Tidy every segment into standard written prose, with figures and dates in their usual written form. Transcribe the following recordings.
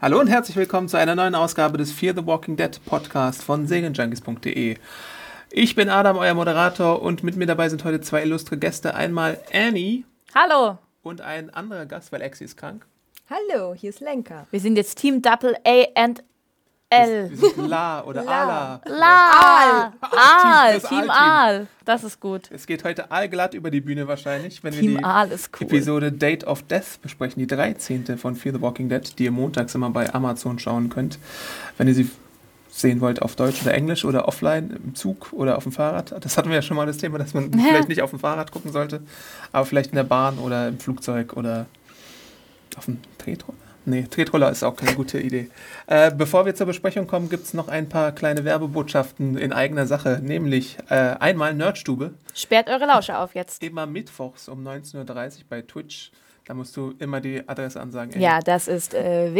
Hallo und herzlich willkommen zu einer neuen Ausgabe des Fear the Walking Dead Podcast von Serienjunkies.de. Ich bin Adam, euer Moderator, und mit mir dabei sind heute zwei illustre Gäste. Einmal Annie. Hallo. Und ein anderer Gast, weil Exi ist krank. Hallo, hier ist Lenka. Wir sind jetzt Team Double A and L. Wir sind La oder Ala. Aal. Team Aal. Das ist gut. Es geht heute allglatt über die Bühne wahrscheinlich, wenn Team wir Aal ist cool. Episode Date of Death besprechen, die 13. von Fear the Walking Dead, die ihr montags immer bei Amazon schauen könnt. Wenn ihr sie sehen wollt auf Deutsch oder Englisch oder offline, im Zug oder auf dem Fahrrad. Das hatten wir ja schon mal das Thema, dass man vielleicht nicht auf dem Fahrrad gucken sollte, aber vielleicht in der Bahn oder im Flugzeug oder auf dem Tretroller. Nee, Tretroller ist auch keine gute Idee. Bevor wir zur Besprechung kommen, gibt es noch ein paar kleine Werbebotschaften in eigener Sache, nämlich einmal Nerdstube. Sperrt eure Lausche auf jetzt. Immer mittwochs um 19.30 Uhr bei Twitch. Da musst du immer die Adresse ansagen. Ja, das ist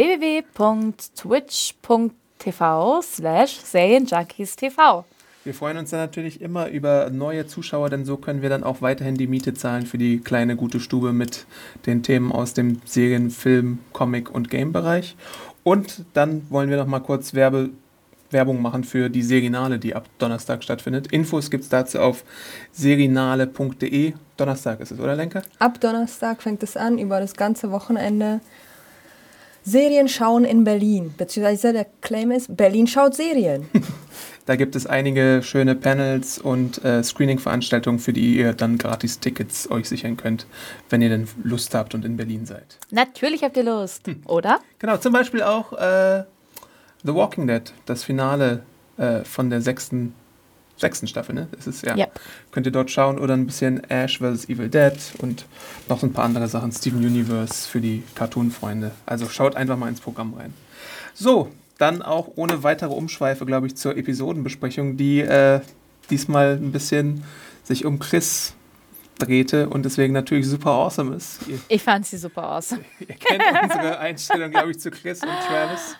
www.twitch.tv/Serienjunkies.tv. Wir freuen uns dann natürlich immer über neue Zuschauer, denn so können wir dann auch weiterhin die Miete zahlen für die kleine gute Stube mit den Themen aus dem Serien-, Film-, Comic- und Game-Bereich. Und dann wollen wir noch mal kurz Werbung machen für die Serienale, die ab Donnerstag stattfindet. Infos gibt es dazu auf serienale.de. Donnerstag ist es, oder Lenka? Ab Donnerstag fängt es an, über das ganze Wochenende. Serien schauen in Berlin. Beziehungsweise der Claim ist, Berlin schaut Serien. Da gibt es einige schöne Panels und Screening-Veranstaltungen, für die ihr dann gratis Tickets euch sichern könnt, wenn ihr denn Lust habt und in Berlin seid. Natürlich habt ihr Lust, oder? Genau, zum Beispiel auch The Walking Dead, das Finale von der sechsten Staffel, ne? Das ist ja. Yep. Könnt ihr dort schauen, oder ein bisschen Ash vs. Evil Dead und noch so ein paar andere Sachen, Steven Universe für die Cartoon-Freunde. Also schaut einfach mal ins Programm rein. So, dann auch ohne weitere Umschweife, glaube ich, zur Episodenbesprechung, die diesmal ein bisschen sich um Chris drehte und deswegen natürlich super awesome ist. Ich fand sie super awesome. Ihr kennt unsere Einstellung, glaube ich, zu Chris und Travis.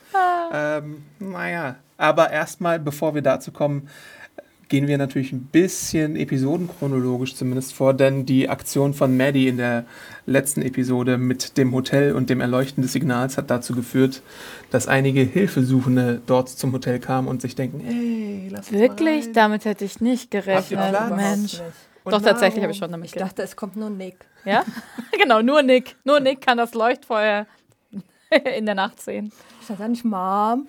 Naja, aber erstmal, bevor wir dazu kommen, gehen wir natürlich ein bisschen episodenchronologisch zumindest vor, denn die Aktion von Maddie in der letzten Episode mit dem Hotel und dem Erleuchten des Signals hat dazu geführt, dass einige Hilfesuchende dort zum Hotel kamen und sich denken, hey, lass uns Wirklich? mal rein. Damit hätte ich nicht gerechnet. Habt ihr Plan? Mensch. Und Doch, tatsächlich habe Nahrung. ich schon damit Ich gerechnet. dachte, es kommt nur Nick. Ja? Genau, nur Nick. Nur Nick kann das Leuchtfeuer in der Nacht sehen. Ich dachte nicht, Mom.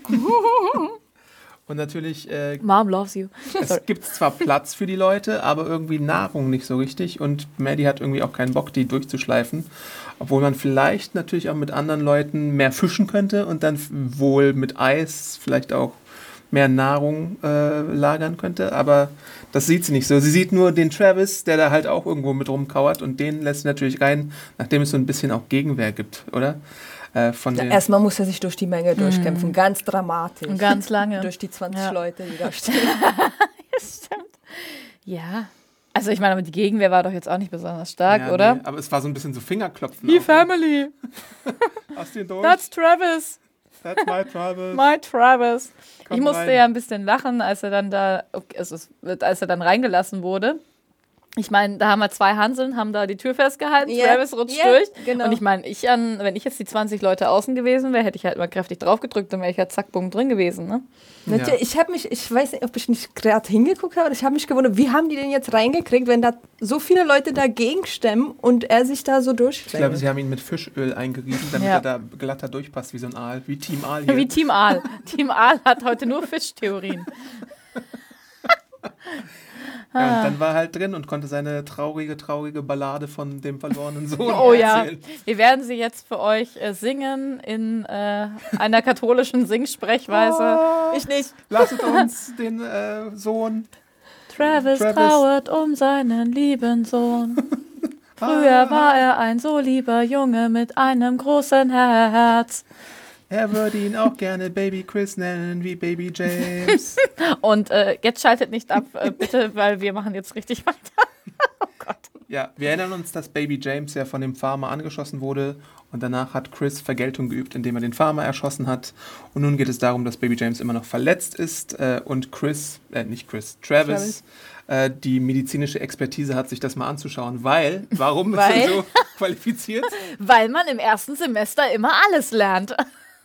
Und natürlich Mom loves you. es gibt zwar Platz für die Leute, aber irgendwie Nahrung nicht so richtig. Und Maddie hat irgendwie auch keinen Bock, die durchzuschleifen. Obwohl man vielleicht natürlich auch mit anderen Leuten mehr fischen könnte und dann wohl mit Eis vielleicht auch mehr Nahrung lagern könnte. Aber das sieht sie nicht so. Sie sieht nur den Travis, der da halt auch irgendwo mit rumkauert. Und den lässt sie natürlich rein, nachdem es so ein bisschen auch Gegenwehr gibt, oder? Erstmal muss er sich durch die Menge durchkämpfen. Ganz dramatisch. Und ganz lange. Durch die 20 Ja. Leute, die da stehen. Das stimmt. Ja. Also ich meine, aber die Gegenwehr war doch jetzt auch nicht besonders stark, Ja, oder? nee, aber es war so ein bisschen so Fingerklopfen. Die auch. Family. Hast du ihn durch? That's Travis. That's my Travis. My Travis. Komm Ich musste rein. ja ein bisschen lachen, als er dann als er dann reingelassen wurde. Ich meine, da haben wir zwei Hanseln, haben da die Tür festgehalten, Ja, Travis rutscht ja, durch. genau. Und ich meine, wenn ich jetzt die 20 Leute außen gewesen wäre, hätte ich halt mal kräftig drauf gedrückt, dann wäre ich halt zack, bumm, drin gewesen. Ne? Natürlich, ich weiß nicht, ob ich nicht gerade hingeguckt habe, aber ich habe mich gewundert, wie haben die den jetzt reingekriegt, wenn da so viele Leute dagegen stemmen und er sich da so Ich glaube, durchschlägt. sie haben ihn mit Fischöl eingerieben, damit Ja. er da glatter durchpasst wie so ein Aal, wie Team Aal hier. Wie Team Aal. Team Aal hat heute nur Fischtheorien. Ja, und dann war er halt drin und konnte seine traurige Ballade von dem verlorenen Sohn Oh ja, erzählen. wir werden sie jetzt für euch singen in einer katholischen Singsprechweise. Ich nicht. Lasst uns den Sohn. Travis Travis. trauert um seinen lieben Sohn. Früher war er ein so lieber Junge mit einem großen Herz. Er würde ihn auch gerne Baby Chris nennen, wie Baby James. Und jetzt schaltet nicht ab, bitte, weil wir machen jetzt richtig weiter. Oh Gott. Ja, wir erinnern uns, dass Baby James ja von dem Farmer angeschossen wurde und danach hat Chris Vergeltung geübt, indem er den Farmer erschossen hat. Und nun geht es darum, dass Baby James immer noch verletzt ist und Travis die medizinische Expertise hat, sich das mal anzuschauen, warum ist er so qualifiziert? Weil man im ersten Semester immer alles lernt.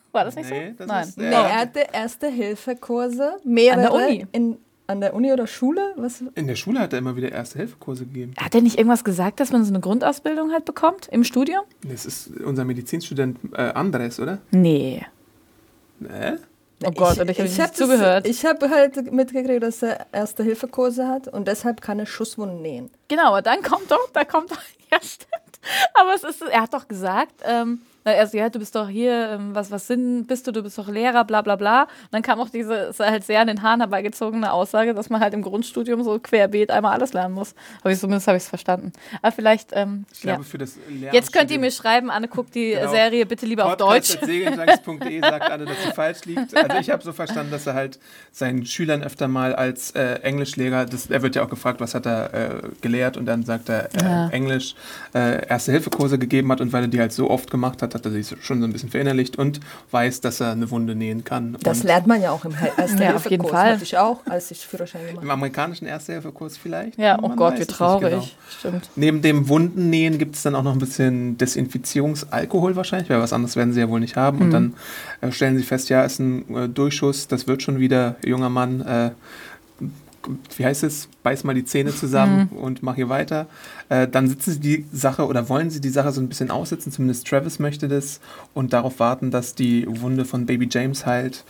War das nicht Nee, so? das Nein. ist- Nee, Ja. er hatte Erste-Hilfe-Kurse, mehrere. An der Uni? An der Uni oder Schule? Was? In der Schule hat er immer wieder Erste-Hilfe-Kurse gegeben. Hat er nicht irgendwas gesagt, dass man so eine Grundausbildung halt bekommt im Studium? Das ist unser Medizinstudent Andres, oder? Nee. Nee? Oh Gott, und ich habe nicht zugehört. Ich habe halt mitgekriegt, dass er Erste-Hilfe-Kurse hat und deshalb kann er Schusswunden nähen. Genau, aber dann kommt doch, ja stimmt. Aber er hat doch gesagt, also ja, du bist doch hier, bist du bist doch Lehrer, bla bla bla. Und dann kam auch diese, ist halt sehr an den Haaren herbeigezogene Aussage, dass man halt im Grundstudium so querbeet einmal alles lernen muss. Aber zumindest habe ich es verstanden. Aber vielleicht, Ich glaube, für das Lehramtsstudium. Jetzt könnt ihr mir schreiben, Anne, guckt die Genau. Serie bitte lieber auf Deutsch. Podcast.segelschlags.de sagt Anne, dass sie falsch liegt. Also ich habe so verstanden, dass er halt seinen Schülern öfter mal als Englischlehrer, er wird ja auch gefragt, was hat er gelehrt, und dann sagt er Englisch, Erste-Hilfe-Kurse gegeben hat, und weil er die halt so oft gemacht hat, hat er sich schon so ein bisschen verinnerlicht und weiß, dass er eine Wunde nähen kann. Das und lernt man ja auch im Erste-Hilfe-Kurs. Ja, auf jeden Fall. Hatte ich auch, als ich Führerschein gemacht im habe. amerikanischen Erste-Hilfe-Kurs vielleicht? Ja, oh Man Gott, weiß wie es nicht traurig. genau. Stimmt. Neben dem Wundennähen gibt es dann auch noch ein bisschen Desinfizierungsalkohol wahrscheinlich, weil was anderes werden sie ja wohl nicht haben. Und dann stellen sie fest, ja, ist ein Durchschuss, das wird schon wieder, junger Mann, wie heißt es, beiß mal die Zähne zusammen und mach hier weiter. Dann sitzen sie die Sache oder wollen sie die Sache so ein bisschen aussitzen, zumindest Travis möchte das, und darauf warten, dass die Wunde von Baby James heilt.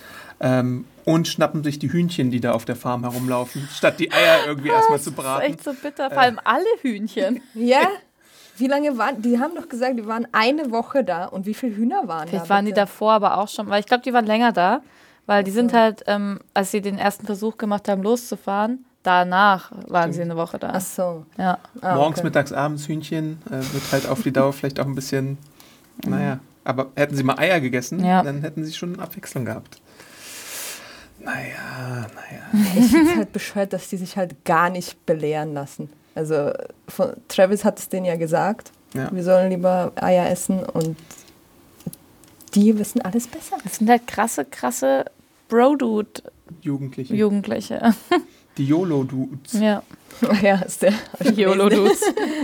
Und schnappen sich die Hühnchen, die da auf der Farm herumlaufen, statt die Eier irgendwie erstmal zu Das ist braten. echt so bitter, vor allem alle Hühnchen. Ja? Wie lange waren die? Haben doch gesagt, die waren eine Woche da. Und wie viele Hühner waren da? Vielleicht waren die bitte? davor aber auch schon, weil ich glaube, die waren länger da, weil die sind halt, als sie den ersten Versuch gemacht haben, loszufahren, danach waren sie eine Woche da. Ach so. Ja. Morgens, okay. mittags, abends Hühnchen wird halt auf die Dauer vielleicht auch ein bisschen, naja, aber hätten sie mal Eier gegessen, Ja. dann hätten sie schon Abwechslung gehabt. Naja. Ich finde es halt bescheuert, dass die sich halt gar nicht belehren lassen. Also Travis hat es denen ja gesagt, Ja. wir sollen lieber Eier essen, und die wissen alles besser. Das sind halt krasse Jugendliche. Bro-Dude-Jugendliche. Die YOLO-Dudes. Ja, Ja, ist der. YOLO-Dudes.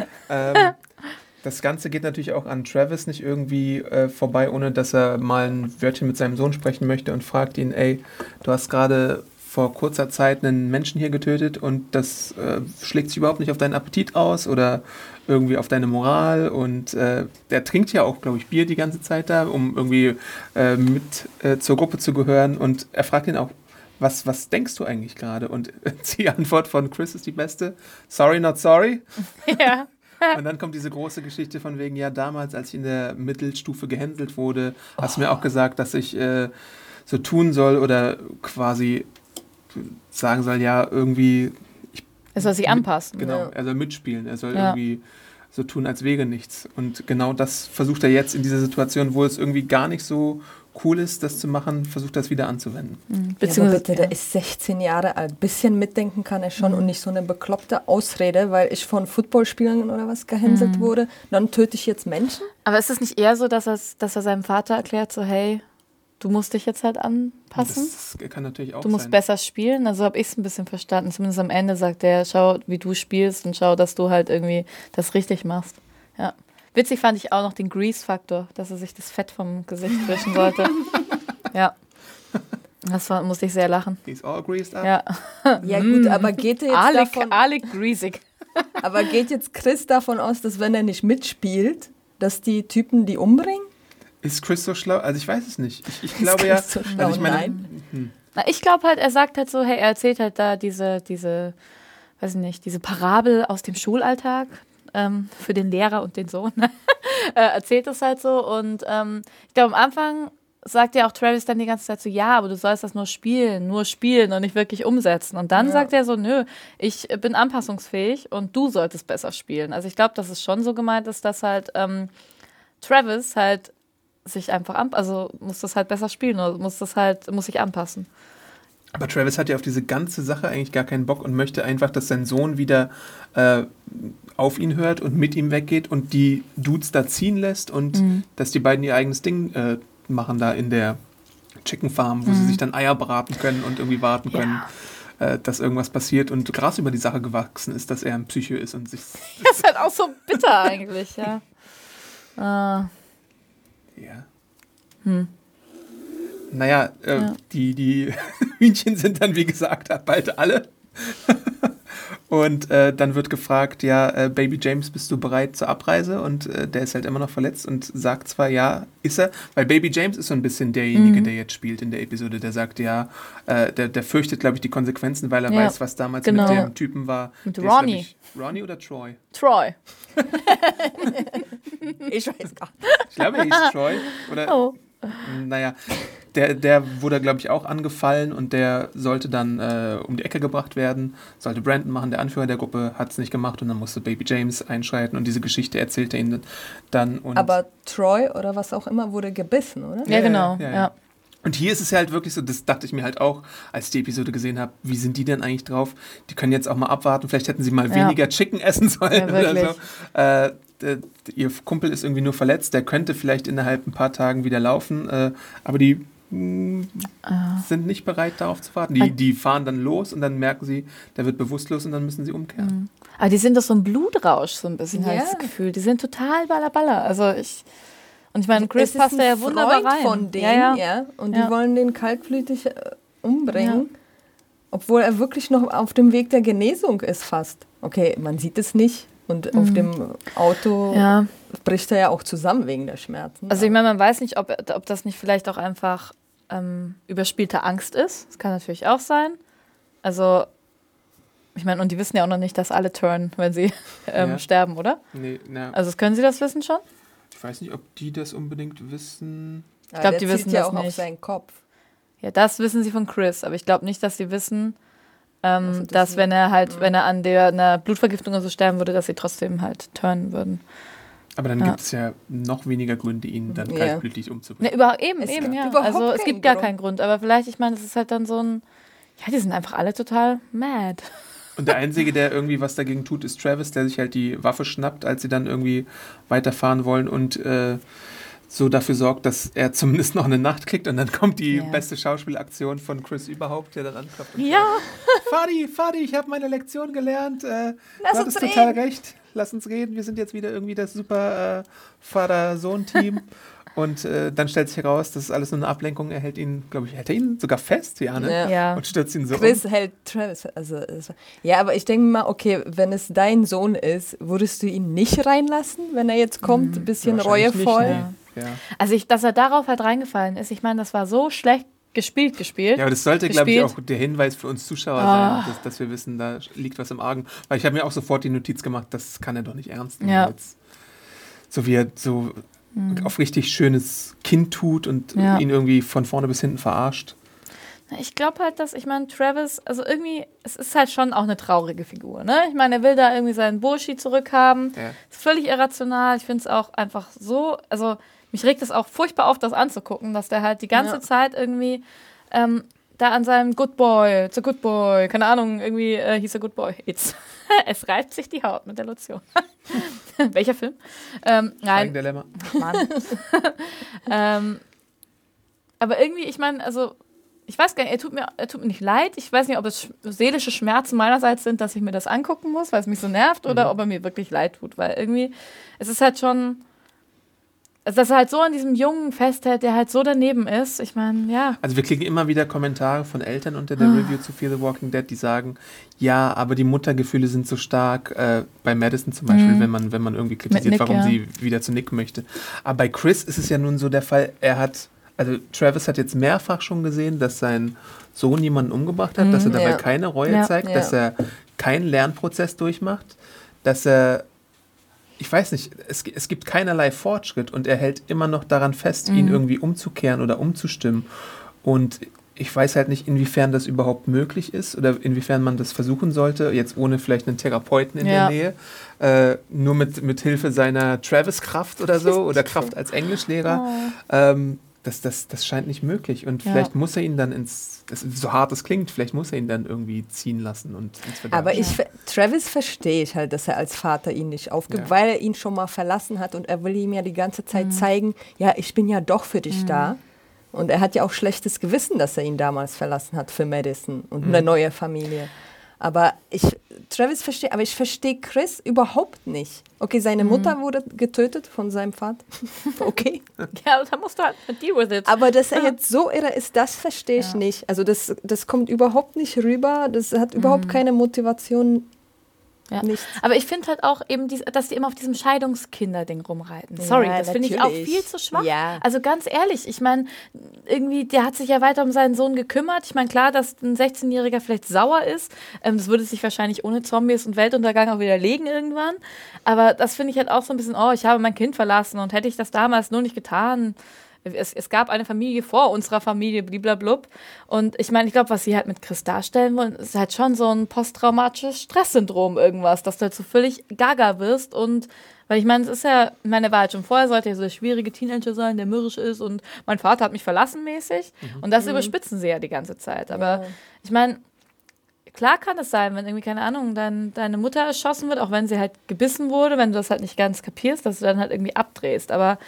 Das Ganze geht natürlich auch an Travis nicht irgendwie vorbei, ohne dass er mal ein Wörtchen mit seinem Sohn sprechen möchte und fragt ihn, ey, du hast gerade vor kurzer Zeit einen Menschen hier getötet und das schlägt sich überhaupt nicht auf deinen Appetit aus oder irgendwie auf deine Moral, und der trinkt ja auch, glaube ich, Bier die ganze Zeit da, um irgendwie mit zur Gruppe zu gehören, und er fragt ihn auch, was denkst du eigentlich gerade? Und die Antwort von Chris ist die beste, sorry, not sorry. Ja. Und dann kommt diese große Geschichte von wegen, ja, damals, als ich in der Mittelstufe gehänselt wurde, hast du mir auch gesagt, dass ich so tun soll oder quasi sagen soll, ja, irgendwie... Es soll sich anpassen. Genau, Ja. er soll mitspielen, er soll Ja. irgendwie so tun, als wäre nichts. Und genau das versucht er jetzt in dieser Situation, wo es irgendwie gar nicht so cool ist, das zu machen, versucht das wieder anzuwenden. Ja, aber Beziehungsweise, bitte, der ist 16 Jahre alt. Bisschen mitdenken kann er schon und nicht so eine bekloppte Ausrede, weil ich von Footballspielern oder was gehänselt wurde. Dann töte ich jetzt Menschen? aber ist es nicht eher so, dass er seinem Vater erklärt, so hey, du musst dich jetzt halt anpassen? Das kann natürlich auch Du musst sein. besser spielen. Also habe ich es ein bisschen verstanden. Zumindest am Ende sagt er, schau, wie du spielst und schau, dass du halt irgendwie das richtig machst. Ja. Witzig fand ich auch noch den Grease-Faktor, dass er sich das Fett vom Gesicht wischen sollte. Ja. Musste ich sehr lachen. He's all greased up. Ja. Ja gut, aber geht er jetzt davon, Alec Greasig. aber geht jetzt Chris davon aus, dass wenn er nicht mitspielt, dass die Typen die umbringen? Ist Chris so schlau? Also ich weiß es nicht. Ich glaube ja, Chris so schlau? also ich meine, Nein. Na, ich glaube halt, er sagt halt so, hey, er erzählt halt da diese, weiß ich nicht, diese Parabel aus dem Schulalltag für den Lehrer und den Sohn. Erzählt das halt so, und ich glaube, am Anfang sagt ja auch Travis dann die ganze Zeit so, ja, aber du sollst das nur spielen und nicht wirklich umsetzen. Und dann sagt er so, nö, ich bin anpassungsfähig und du solltest besser spielen. Also ich glaube, dass es schon so gemeint ist, dass halt Travis halt sich einfach muss das halt besser spielen oder muss sich anpassen. aber Travis hat ja auf diese ganze Sache eigentlich gar keinen Bock und möchte einfach, dass sein Sohn wieder auf ihn hört und mit ihm weggeht und die Dudes da ziehen lässt und dass die beiden ihr eigenes Ding machen da in der Chicken Farm, wo sie sich dann Eier braten können und irgendwie warten können, dass irgendwas passiert und Gras über die Sache gewachsen ist, dass er ein Psycho ist und sich... Das ist halt auch so bitter eigentlich, ja. Ja. naja, die Hühnchen sind dann, wie gesagt, bald alle. Und dann wird gefragt, ja, Baby James, bist du bereit zur Abreise? Und der ist halt immer noch verletzt und sagt zwar, ja, ist er, weil Baby James ist so ein bisschen derjenige, der jetzt spielt in der Episode, der sagt, ja, der fürchtet, glaube ich, die Konsequenzen, weil er weiß, was damals mit dem Typen war. Mit Ronnie. Ist, Ronnie oder Troy? Troy. Ich weiß gar nicht. Ich glaube, er hieß Troy. Oder, naja, der wurde, glaube ich, auch angefallen und der sollte dann um die Ecke gebracht werden, sollte Brandon machen, der Anführer der Gruppe, hat es nicht gemacht und dann musste Baby James einschreiten und diese Geschichte erzählt er ihnen dann. Und aber Troy oder was auch immer wurde gebissen, oder? Ja, genau. Ja. Und hier ist es ja halt wirklich so, das dachte ich mir halt auch, als ich die Episode gesehen habe, wie sind die denn eigentlich drauf? Die können jetzt auch mal abwarten, vielleicht hätten sie mal weniger Chicken essen sollen oder so. Ihr Kumpel ist irgendwie nur verletzt, der könnte vielleicht innerhalb ein paar Tagen wieder laufen, aber die sind nicht bereit, darauf zu warten. Die fahren dann los und dann merken sie, der wird bewusstlos und dann müssen sie umkehren. Aber die sind doch so ein Blutrausch, so ein bisschen, habe ich das Gefühl. Die sind total ballerballer. Also ich meine, Chris passt da ja wunderbar rein. Von denen, und die wollen den kaltblütig umbringen, obwohl er wirklich noch auf dem Weg der Genesung ist fast. Okay, man sieht es nicht. Und auf dem Auto bricht er ja auch zusammen wegen der Schmerzen. Also ich meine, man weiß nicht, ob das nicht vielleicht auch einfach überspielte Angst ist. Das kann natürlich auch sein. Also ich meine, und die wissen ja auch noch nicht, dass alle turnen, wenn sie sterben, oder? Nee, also können sie das wissen schon? Ich weiß nicht, ob die das unbedingt wissen. Ich glaube, die wissen das auch nicht. Auf seinen Kopf. Ja, das wissen sie von Chris, aber ich glaube nicht, dass sie wissen, dass wenn er an einer Blutvergiftung oder so sterben würde, dass sie trotzdem halt turnen würden. Aber dann gibt es ja noch weniger Gründe, ihn dann kaltblütig umzubringen. Ja, also es gibt gar keinen Grund, aber vielleicht, ich meine, es ist halt dann so ein, die sind einfach alle total mad. Und der Einzige, der irgendwie was dagegen tut, ist Travis, der sich halt die Waffe schnappt, als sie dann irgendwie weiterfahren wollen und so dafür sorgt, dass er zumindest noch eine Nacht kriegt und dann kommt die beste Schauspielaktion von Chris überhaupt, der dann anklopft und sagt, Fadi, ich habe meine Lektion gelernt, du hattest total recht, lass uns reden, wir sind jetzt wieder irgendwie das super Vater-Sohn-Team. Und dann stellt sich heraus, das ist alles nur eine Ablenkung. Er hält ihn, glaube ich, sogar fest, ne? Ja. Und stürzt ihn so Chris hält Travis. Aber ich denke mal, okay, wenn es dein Sohn ist, würdest du ihn nicht reinlassen, wenn er jetzt kommt, ein bisschen reuevoll? Nicht, nee. Ja. Also, dass er darauf halt reingefallen ist, ich meine, das war so schlecht gespielt. Ja, aber das sollte, glaube ich, auch der Hinweis für uns Zuschauer sein, dass wir wissen, da liegt was im Argen. Weil ich habe mir auch sofort die Notiz gemacht, das kann er doch nicht ernst nehmen. Ja. Jetzt. So wie er so auf richtig schönes Kind tut und ihn irgendwie von vorne bis hinten verarscht. Ich glaube halt, dass, ich meine, Travis, also irgendwie, es ist halt schon auch eine traurige Figur, ne? Ich meine, er will da irgendwie seinen Bullshit zurückhaben. Ja. Ist völlig irrational. Ich finde es auch einfach so, also mich regt es auch furchtbar auf, das anzugucken, dass der halt die ganze Zeit irgendwie da an seinem Good Boy, it's a good boy, keine Ahnung, irgendwie hieß er Good Boy. Es reibt sich die Haut mit der Lotion. Welcher Film? Nein. Dilemma. Mann. Aber irgendwie, ich meine, also ich weiß gar nicht, er tut mir nicht leid. Ich weiß nicht, ob es seelische Schmerzen meinerseits sind, dass ich mir das angucken muss, weil es mich so nervt, oder ob er mir wirklich leid tut. Weil irgendwie, es ist halt schon, dass er halt so an diesem Jungen festhält, der halt so daneben ist. Ich meine, ja. Also wir kriegen immer wieder Kommentare von Eltern unter der Review zu Fear the Walking Dead, die sagen, ja, aber die Muttergefühle sind so stark, bei Madison zum Beispiel, wenn man irgendwie kritisiert, Nick, warum sie wieder zu Nick möchte. Aber bei Chris ist es ja nun so der Fall, also Travis hat jetzt mehrfach schon gesehen, dass sein Sohn jemanden umgebracht hat, dass er dabei keine Reue zeigt, dass er keinen Lernprozess durchmacht, dass er, ich weiß nicht, es gibt keinerlei Fortschritt und er hält immer noch daran fest, ihn irgendwie umzukehren oder umzustimmen. Und ich weiß halt nicht, inwiefern das überhaupt möglich ist oder inwiefern man das versuchen sollte, jetzt ohne vielleicht einen Therapeuten in der Nähe, nur mit Hilfe seiner Travis-Kraft oder so oder Kraft als Englischlehrer. Das scheint nicht möglich. Und vielleicht muss er ihn dann so hart es klingt, vielleicht muss er ihn dann irgendwie ziehen lassen und ins Verderben. Aber Travis verstehe ich halt, dass er als Vater ihn nicht aufgibt, weil er ihn schon mal verlassen hat und er will ihm ja die ganze Zeit zeigen, ja, ich bin ja doch für dich da. Und er hat ja auch schlechtes Gewissen, dass er ihn damals verlassen hat für Madison und eine neue Familie. Aber ich verstehe Chris überhaupt nicht. Okay, seine Mutter wurde getötet von seinem Vater. Okay. Ja, da musst du halt deal with it. Aber dass er jetzt so irre ist, das verstehe ich nicht. Also das kommt überhaupt nicht rüber. Das hat überhaupt keine Motivation. Ja. Aber ich finde halt auch eben, dass die immer auf diesem Scheidungskinder-Ding rumreiten. Sorry, das finde ich auch viel zu schwach. Ja. Also ganz ehrlich, ich meine, irgendwie, der hat sich ja weiter um seinen Sohn gekümmert. Ich meine, klar, dass ein 16-Jähriger vielleicht sauer ist. Das würde sich wahrscheinlich ohne Zombies und Weltuntergang auch wieder legen irgendwann. Aber das finde ich halt auch so ein bisschen, ich habe mein Kind verlassen und hätte ich das damals nur nicht getan. Es gab eine Familie vor unserer Familie, bliblablub. Und ich meine, ich glaube, was sie halt mit Chris darstellen wollen, ist halt schon so ein posttraumatisches Stresssyndrom irgendwas, dass du halt so völlig gaga wirst. Und weil ich meine, es ist ja, meine war halt schon vorher, sollte ja so der schwierige Teenager sein, der mürrisch ist und mein Vater hat mich verlassen mäßig. Und das überspitzen sie ja die ganze Zeit. Aber ich meine, klar kann es sein, wenn irgendwie, keine Ahnung, deine Mutter erschossen wird, auch wenn sie halt gebissen wurde, wenn du das halt nicht ganz kapierst, dass du dann halt irgendwie abdrehst. Aber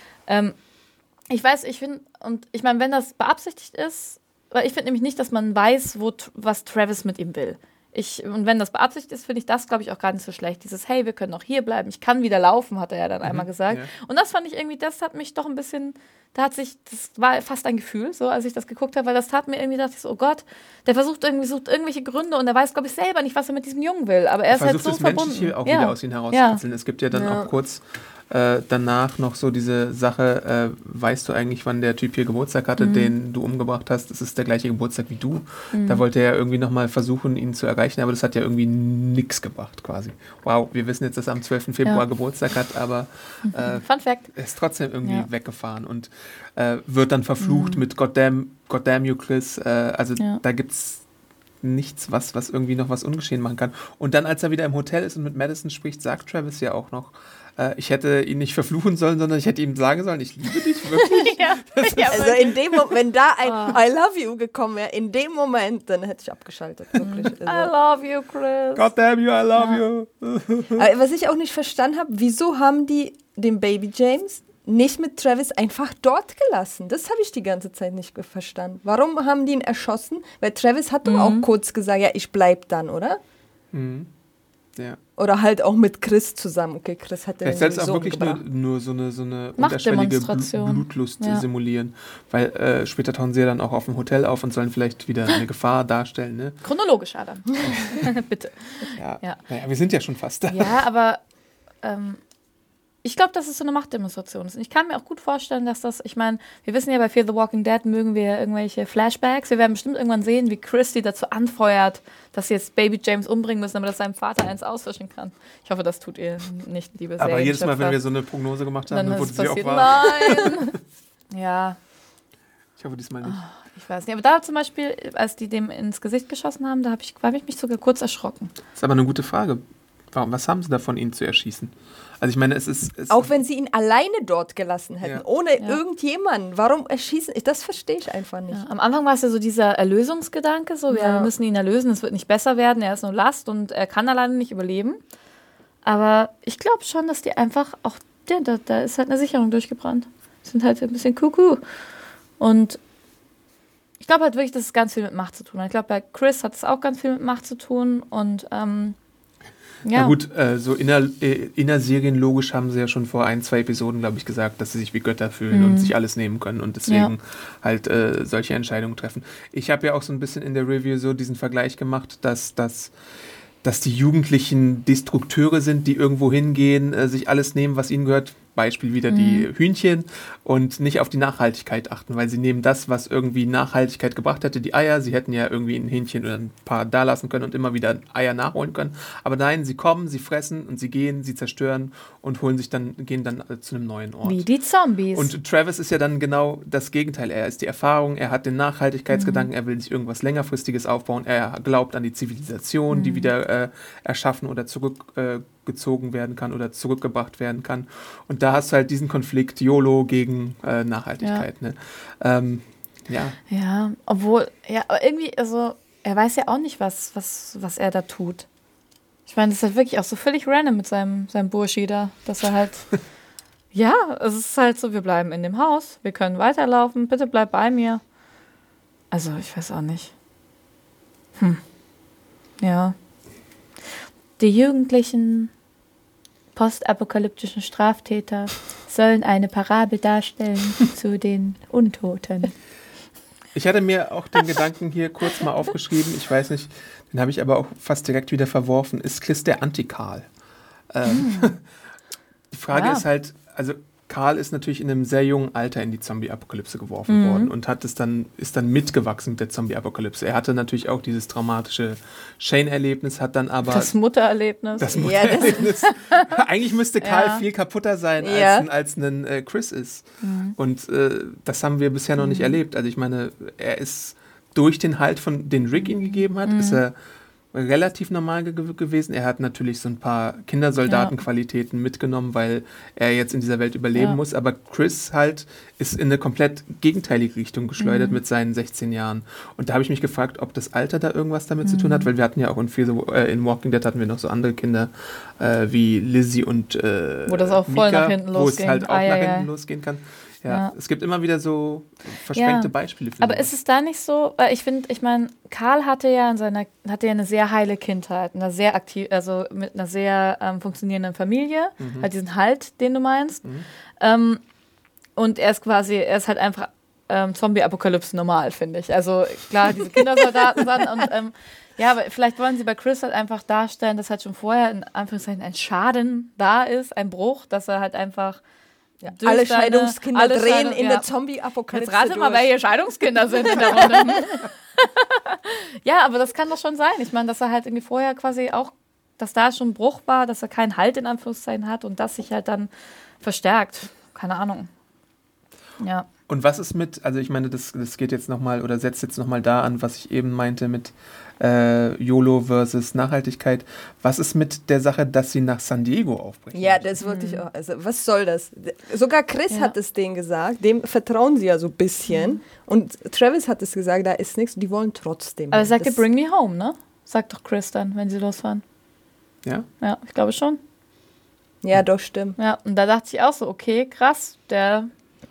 ich finde, und ich meine, wenn das beabsichtigt ist, weil ich finde nämlich nicht, dass man weiß, was Travis mit ihm will. Und wenn das beabsichtigt ist, finde ich das, glaube ich, auch gar nicht so schlecht. Dieses, hey, wir können noch hier bleiben, ich kann wieder laufen, hat er ja dann einmal gesagt. Ja. Und das fand ich irgendwie, das hat mich doch ein bisschen, das war fast ein Gefühl, so, als ich das geguckt habe, weil das tat mir irgendwie, dachte ich so, oh Gott, der sucht irgendwelche Gründe und er weiß, glaube ich, selber nicht, was er mit diesem Jungen will. Aber er ist halt so verbunden. Versucht das Menschliche auch wieder aus ihm herauszukitzeln. Es gibt ja dann auch kurz danach noch so diese Sache, weißt du eigentlich, wann der Typ hier Geburtstag hatte, den du umgebracht hast? Das ist der gleiche Geburtstag wie du. Da wollte er irgendwie nochmal versuchen, ihn zu erreichen, aber das hat ja irgendwie nichts gebracht quasi. Wow, wir wissen jetzt, dass er am 12. Februar Geburtstag hat, aber Fun Fact. Er ist trotzdem irgendwie weggefahren und wird dann verflucht mit Goddamn you, Chris. Da gibt's nichts, was irgendwie noch was ungeschehen machen kann. Und dann, als er wieder im Hotel ist und mit Madison spricht, sagt Travis ja auch noch, ich hätte ihn nicht verfluchen sollen, sondern ich hätte ihm sagen sollen, ich liebe dich wirklich. Also in dem Moment, wenn da ein I love you gekommen wäre, in dem Moment, dann hätte ich abgeschaltet. Wirklich. Also. I love you, Chris. God damn you, I love you. Aber was ich auch nicht verstanden habe, wieso haben die den Baby James nicht mit Travis einfach dort gelassen? Das habe ich die ganze Zeit nicht verstanden. Warum haben die ihn erschossen? Weil Travis hat doch auch kurz gesagt, ja, ich bleib dann, oder? Ja. Oder halt auch mit Chris zusammen. Okay, Chris hat den Sohn auch wirklich nur so eine unterschwellige Blutlust simulieren. Weil später tauchen sie ja dann auch auf dem Hotel auf und sollen vielleicht wieder eine Gefahr darstellen. Ne? Chronologisch, Adam. Bitte. Ja. Naja, wir sind ja schon fast da. Ja, aber ich glaube, dass es so eine Machtdemonstration ist. Und ich kann mir auch gut vorstellen, dass ich meine, wir wissen ja, bei Fear the Walking Dead mögen wir irgendwelche Flashbacks. Wir werden bestimmt irgendwann sehen, wie Chris die dazu anfeuert, dass sie jetzt Baby James umbringen müssen, damit er seinem Vater eins auswischen kann. Ich hoffe, das tut ihr nicht, liebe Serienschöpfer. Aber jedes Mal, wenn wir so eine Prognose gemacht haben, dann wurde sie auch wahr. Nein! Ja. Ich hoffe, diesmal nicht. Ich weiß nicht. Aber da zum Beispiel, als die dem ins Gesicht geschossen haben, da habe ich mich sogar kurz erschrocken. Das ist aber eine gute Frage. Was haben sie davon, ihn zu erschießen? Also ich meine, es auch wenn sie ihn alleine dort gelassen hätten, ohne irgendjemanden. Warum erschießen? Das verstehe ich einfach nicht. Ja, am Anfang war es ja so dieser Erlösungsgedanke, so wir müssen ihn erlösen, es wird nicht besser werden, er ist nur Last und er kann alleine nicht überleben. Aber ich glaube schon, dass die einfach auch, da ist halt eine Sicherung durchgebrannt. Die sind halt ein bisschen Kuckuck. Und ich glaube halt wirklich, dass es ganz viel mit Macht zu tun hat. Ich glaube, bei Chris hat es auch ganz viel mit Macht zu tun und Na gut, so innerserienlogisch haben sie ja schon vor 1-2 Episoden, glaube ich, gesagt, dass sie sich wie Götter fühlen und sich alles nehmen können und deswegen halt solche Entscheidungen treffen. Ich habe ja auch so ein bisschen in der Review so diesen Vergleich gemacht, dass die Jugendlichen Destrukteure sind, die irgendwo hingehen, sich alles nehmen, was ihnen gehört. Beispiel wieder die Hühnchen und nicht auf die Nachhaltigkeit achten, weil sie nehmen das, was irgendwie Nachhaltigkeit gebracht hätte, die Eier. Sie hätten ja irgendwie ein Hähnchen oder ein paar da lassen können und immer wieder Eier nachholen können. Aber nein, sie kommen, sie fressen und sie gehen, sie zerstören und gehen dann zu einem neuen Ort. Wie die Zombies. Und Travis ist ja dann genau das Gegenteil. Er ist die Erfahrung, er hat den Nachhaltigkeitsgedanken, er will sich irgendwas längerfristiges aufbauen, er glaubt an die Zivilisation, die wieder erschaffen oder zurückgezogen werden kann oder zurückgebracht werden kann. Und da hast du halt diesen Konflikt YOLO gegen Nachhaltigkeit. Ne? Ja, obwohl, aber irgendwie, also er weiß ja auch nicht, was er da tut. Ich meine, das ist halt wirklich auch so völlig random mit seinem Burschi da, dass er halt, es ist halt so, wir bleiben in dem Haus, wir können weiterlaufen, bitte bleib bei mir. Also, ich weiß auch nicht. Ja. Die jugendlichen postapokalyptischen Straftäter sollen eine Parabel darstellen zu den Untoten. Ich hatte mir auch den Gedanken hier kurz mal aufgeschrieben, ich weiß nicht, den habe ich aber auch fast direkt wieder verworfen. Ist Chris der Anti-Karl? Die Frage ist halt, also Karl ist natürlich in einem sehr jungen Alter in die Zombie-Apokalypse geworfen worden und ist dann mitgewachsen mit der Zombie-Apokalypse. Er hatte natürlich auch dieses traumatische Shane-Erlebnis, hat dann aber... Das Muttererlebnis. Das Muttererlebnis. Eigentlich müsste Karl viel kaputter sein, als ein Chris ist. Und das haben wir bisher noch nicht erlebt. Also ich meine, er ist durch den Halt, den Rick ihm gegeben hat, ist er relativ normal gewesen. Er hat natürlich so ein paar Kindersoldatenqualitäten mitgenommen, weil er jetzt in dieser Welt überleben muss. Aber Chris halt ist in eine komplett gegenteilige Richtung geschleudert mit seinen 16 Jahren. Und da habe ich mich gefragt, ob das Alter da irgendwas damit zu tun hat, weil wir hatten ja auch in Walking Dead hatten wir noch so andere Kinder wie Lizzie und wo das auch voll Mika, nach hinten losging. Wo es halt auch nach hinten losgehen kann. Ja, es gibt immer wieder so versprengte Beispiele. Aber ist es da nicht so, weil ich meine, Karl hatte ja eine sehr heile Kindheit, eine sehr aktiv, also mit einer sehr funktionierenden Familie, halt diesen Halt, den du meinst. Und er ist halt einfach Zombie-Apokalypse normal, finde ich. Also klar, diese Kindersoldaten sind und aber vielleicht wollen sie bei Chris halt einfach darstellen, dass halt schon vorher in Anführungszeichen ein Schaden da ist, ein Bruch, dass er halt einfach alle Scheidungskinder drehen in der Zombie-Apokalypse. Jetzt rate mal, welche Scheidungskinder sind in der Runde. Ja, aber das kann doch schon sein. Ich meine, dass er halt irgendwie vorher quasi auch, dass da schon ein Bruch war, dass er keinen Halt in Anführungszeichen hat und das sich halt dann verstärkt. Keine Ahnung. Ja. Und was ist also ich meine, das geht jetzt nochmal oder setzt jetzt nochmal da an, was ich eben meinte mit YOLO versus Nachhaltigkeit. Was ist mit der Sache, dass sie nach San Diego aufbrechen? Ja, das wollte ich auch. Also, was soll das? Sogar Chris hat es denen gesagt. Dem vertrauen sie ja so ein bisschen. Und Travis hat es gesagt, da ist nichts. Die wollen trotzdem. Aber sagt ihr, bring me home, ne? Sagt doch Chris dann, wenn sie losfahren. Ja? Ja, ich glaube schon. Ja, doch, stimmt. Ja, und da dachte ich auch so, okay, krass, der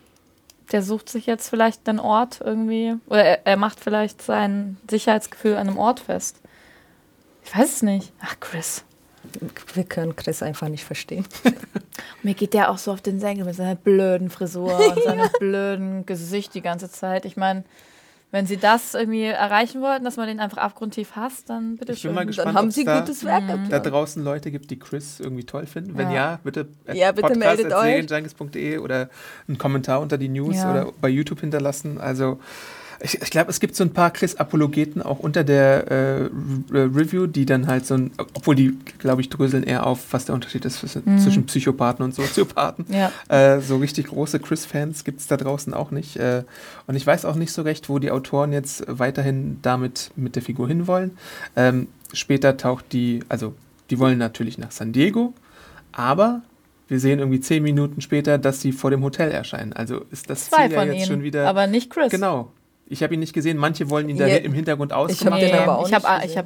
sucht sich jetzt vielleicht einen Ort irgendwie, oder er macht vielleicht sein Sicherheitsgefühl an einem Ort fest. Ich weiß es nicht. Ach, Chris. Wir können Chris einfach nicht verstehen. Mir geht der auch so auf den Senkel mit seiner blöden Frisur und seinem blöden Gesicht die ganze Zeit. Ich meine, wenn sie das irgendwie erreichen wollten, dass man den einfach abgrundtief hasst, dann bitte schön. Ich bin schön. mal gespannt, dann haben sie gutes Werk da draußen Leute gibt, die Chris irgendwie toll finden. Wenn bitte meldet euch. oder einen Kommentar unter die News oder bei YouTube hinterlassen. Also ich glaube, es gibt so ein paar Chris-Apologeten auch unter der Review, die dann halt obwohl die, glaube ich, dröseln eher auf, was der Unterschied ist zwischen Psychopathen und Soziopathen. Ja. So richtig große Chris-Fans gibt es da draußen auch nicht. Und ich weiß auch nicht so recht, wo die Autoren jetzt weiterhin damit mit der Figur hinwollen. Später taucht die wollen natürlich nach San Diego, aber wir sehen irgendwie 10 Minuten später, dass sie vor dem Hotel erscheinen. Also ist das Ziel ja jetzt schon wieder... aber nicht Chris. Genau. Ich habe ihn nicht gesehen. Manche wollen ihn da im Hintergrund ausgemacht haben. Ich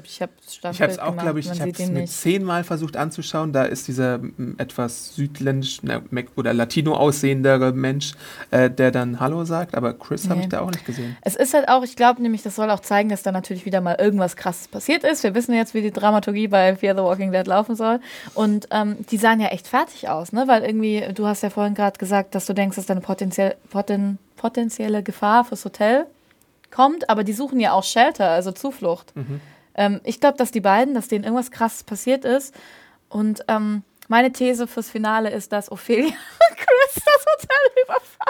habe es auch, glaube ich, ich habe es mir 10-mal versucht anzuschauen. Da ist dieser etwas südländisch oder Latino aussehende Mensch, der dann Hallo sagt. Aber Chris habe ich da auch nicht gesehen. Es ist halt auch, ich glaube nämlich, das soll auch zeigen, dass da natürlich wieder mal irgendwas Krasses passiert ist. Wir wissen jetzt, wie die Dramaturgie bei Fear the Walking Dead laufen soll. Und die sahen ja echt fertig aus, ne? Weil irgendwie, du hast ja vorhin gerade gesagt, dass du denkst, dass da eine potenzielle Gefahr fürs Hotel kommt, aber die suchen ja auch Shelter, also Zuflucht. Ich glaube, dass denen irgendwas Krasses passiert ist. Und meine These fürs Finale ist, dass Ophelia und Chris das Hotel überfallen.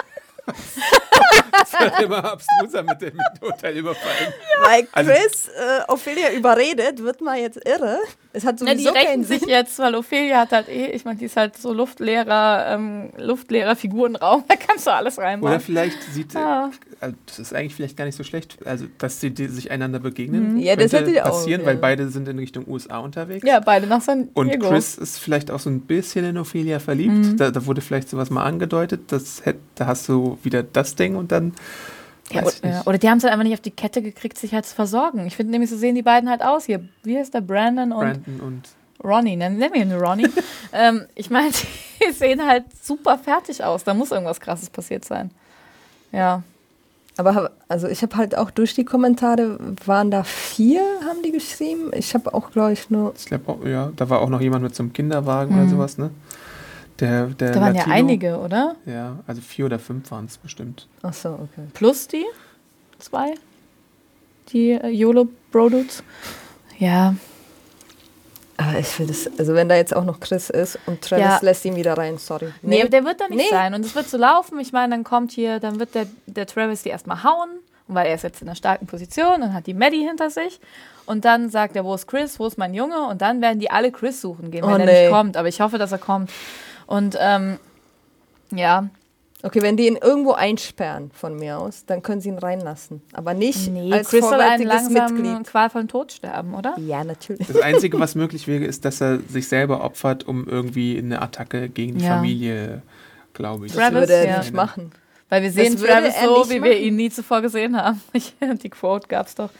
Das wird immer abstruser mit dem Hotelüberfallen. Weil Chris Ophelia überredet, wird mal jetzt irre. Es hat sowieso keinen Sinn. Sich jetzt, weil Ophelia hat halt ich meine, die ist halt so luftleerer Figurenraum, da kannst du alles reinmachen. Oder vielleicht das ist eigentlich vielleicht gar nicht so schlecht, also dass sie sich einander begegnen. Ja, das hätte passieren, auch, weil beide sind in Richtung USA unterwegs. Ja, beide nach San Diego. Und Chris ist vielleicht auch so ein bisschen in Ophelia verliebt. Da wurde vielleicht sowas mal angedeutet. Da hast du wieder das Ding und dann oder die haben es halt einfach nicht auf die Kette gekriegt, sich halt zu versorgen. Ich finde nämlich, so sehen die beiden halt aus hier. Wie heißt der? Brandon und Ronnie. Nenn mir ihn Ronnie. Ich meine, die sehen halt super fertig aus. Da muss irgendwas Krasses passiert sein. Ja. Aber also ich habe halt auch durch die Kommentare, waren da 4, haben die geschrieben. Ich habe auch, glaube ich, nur... Ich glaube auch, ja, da war auch noch jemand mit so einem Kinderwagen oder sowas, ne? Der da waren Latino, ja einige, oder? Ja, also 4 oder 5 waren es bestimmt. Ach so, okay. Plus die 2? Die YOLO-Bro-Dudes? Ja. Aber ich will das, also wenn da jetzt auch noch Chris ist und Travis lässt ihn wieder rein, sorry. Nee, der wird da nicht sein. Und es wird so laufen. Ich meine, dann wird der Travis die erstmal hauen, weil er ist jetzt in einer starken Position und hat die Maddie hinter sich. Und dann sagt er, wo ist Chris, wo ist mein Junge? Und dann werden die alle Chris suchen gehen, wenn er nicht kommt. Aber ich hoffe, dass er kommt. Und ja. Okay, wenn die ihn irgendwo einsperren von mir aus, dann können sie ihn reinlassen. Aber nicht als Chris soll einen vorwärtiges langsamen, qualvollen Tod sterben, oder? Ja, natürlich. Das Einzige, was möglich wäre, ist, dass er sich selber opfert, um irgendwie eine Attacke gegen die Familie, glaube ich. Das würde er nicht machen. Weil wir sehen Travis so, wie wir ihn nie zuvor gesehen haben. Die Quote gab es doch.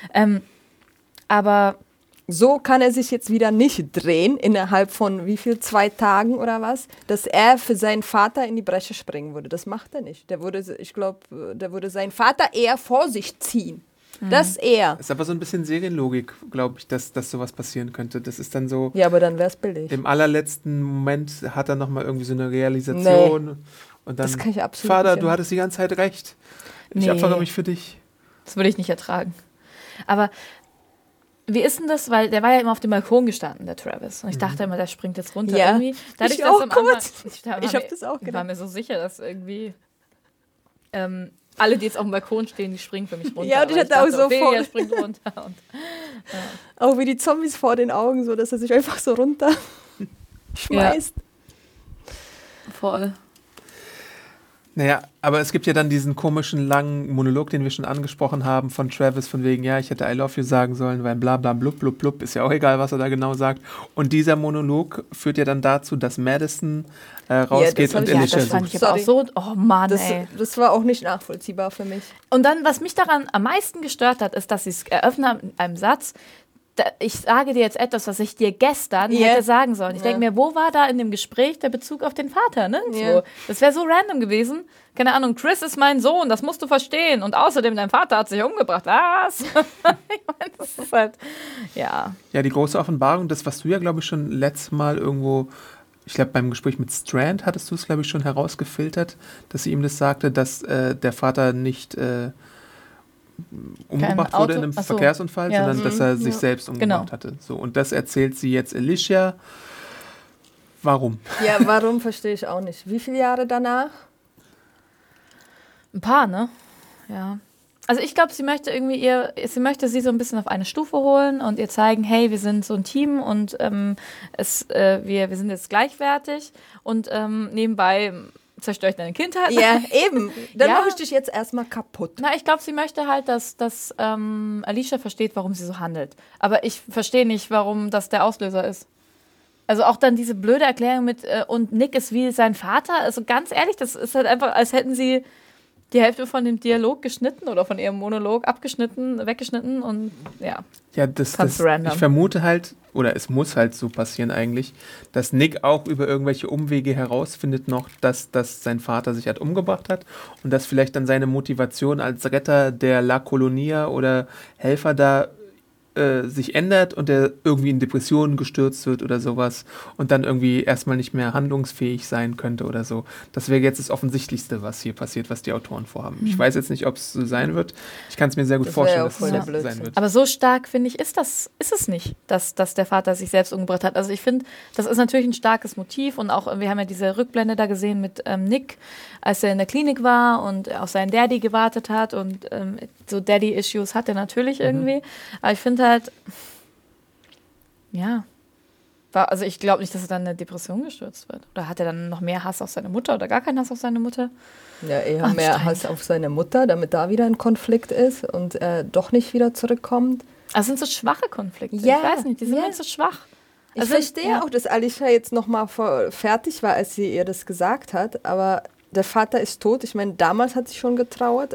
Aber so kann er sich jetzt wieder nicht drehen, innerhalb von 2 Tagen oder was, dass er für seinen Vater in die Bresche springen würde. Das macht er nicht. Der würde seinen Vater eher vor sich ziehen. Das eher. Ist aber so ein bisschen Serienlogik, glaube ich, dass sowas passieren könnte. Das ist dann so... Ja, aber dann wäre es billig. Im allerletzten Moment hat er nochmal irgendwie so eine Realisation. Nee, und dann, das kann ich absolut Vater, nicht. Du hattest die ganze Zeit recht. Ich opfere mich für dich. Das würde ich nicht ertragen. Aber... Wie ist denn das? Weil der war ja immer auf dem Balkon gestanden, der Travis. Und ich dachte immer, der springt jetzt runter irgendwie. Dadurch, ich auch kurz. Ich habe das auch gedacht. Ich war mir so sicher, dass irgendwie alle, die jetzt auf dem Balkon stehen, die springen für mich runter. Ja, und ich hatte auch so Ophelia springt runter. Und, auch wie die Zombies vor den Augen, so dass er sich einfach so runter schmeißt. Ja. Voll. Naja, aber es gibt ja dann diesen komischen langen Monolog, den wir schon angesprochen haben von Travis, von wegen, ja, ich hätte I love you sagen sollen, weil bla bla blub blub blub, ist ja auch egal, was er da genau sagt. Und dieser Monolog führt ja dann dazu, dass Madison rausgeht und Alicia sucht. Das fand ich aber auch so, oh Mann, das war auch nicht nachvollziehbar für mich. Und dann, was mich daran am meisten gestört hat, ist, dass sie es eröffnen mit einem Satz, ich sage dir jetzt etwas, was ich dir gestern hätte sagen sollen. Ich denke mir, wo war da in dem Gespräch der Bezug auf den Vater? Ne? So, das wäre so random gewesen. Keine Ahnung, Chris ist mein Sohn, das musst du verstehen. Und außerdem, dein Vater hat sich umgebracht. Was? Ich meine, das ist halt, ja. Ja, die große Offenbarung, das, was du ja, glaube ich, schon letztes Mal irgendwo, ich glaube, beim Gespräch mit Strand hattest du es, glaube ich, schon herausgefiltert, dass sie ihm das sagte, dass der Vater nicht umgebracht wurde in einem Verkehrsunfall, sondern dass er sich selbst umgebracht hatte. So, und das erzählt sie jetzt Alicia. Warum? Ja, warum verstehe ich auch nicht. Wie viele Jahre danach? Ein paar, ne? Ja. Also ich glaube, sie möchte sie so ein bisschen auf eine Stufe holen und ihr zeigen, hey, wir sind so ein Team und wir sind jetzt gleichwertig und nebenbei zerstört deine Kindheit. Ja, eben. Dann mache ich dich jetzt erstmal kaputt. Na, ich glaube, sie möchte halt, dass Alicia versteht, warum sie so handelt. Aber ich verstehe nicht, warum das der Auslöser ist. Also auch dann diese blöde Erklärung mit und Nick ist wie sein Vater. Also ganz ehrlich, das ist halt einfach, als hätten sie die Hälfte von dem Dialog geschnitten oder von ihrem Monolog weggeschnitten und ja. Ja, das ich vermute halt, oder es muss halt so passieren eigentlich, dass Nick auch über irgendwelche Umwege herausfindet noch, dass sein Vater sich halt umgebracht hat und dass vielleicht dann seine Motivation als Retter der La Colonia oder Helfer da sich ändert und er irgendwie in Depressionen gestürzt wird oder sowas und dann irgendwie erstmal nicht mehr handlungsfähig sein könnte oder so. Das wäre jetzt das Offensichtlichste, was hier passiert, was die Autoren vorhaben. Ich weiß jetzt nicht, ob es so sein wird. Ich kann es mir sehr gut vorstellen, dass es so sein wird. Aber so stark, finde ich, ist es nicht, dass der Vater sich selbst umgebracht hat. Also ich finde, das ist natürlich ein starkes Motiv und auch, wir haben ja diese Rückblende da gesehen mit Nick, als er in der Klinik war und auf seinen Daddy gewartet hat und so Daddy-Issues hat er natürlich irgendwie. Aber ich finde halt, ja, also ich glaube nicht, dass er dann in eine Depression gestürzt wird. Oder hat er dann noch mehr Hass auf seine Mutter oder gar keinen Hass auf seine Mutter? Ja, eher mehr Hass auf seine Mutter, damit da wieder ein Konflikt ist und er doch nicht wieder zurückkommt. Also sind so schwache Konflikte. Ja, ich weiß nicht, die sind halt so schwach. Ich verstehe auch, dass Alicia jetzt nochmal fertig war, als sie ihr das gesagt hat, aber der Vater ist tot. Ich meine, damals hat sie schon getrauert.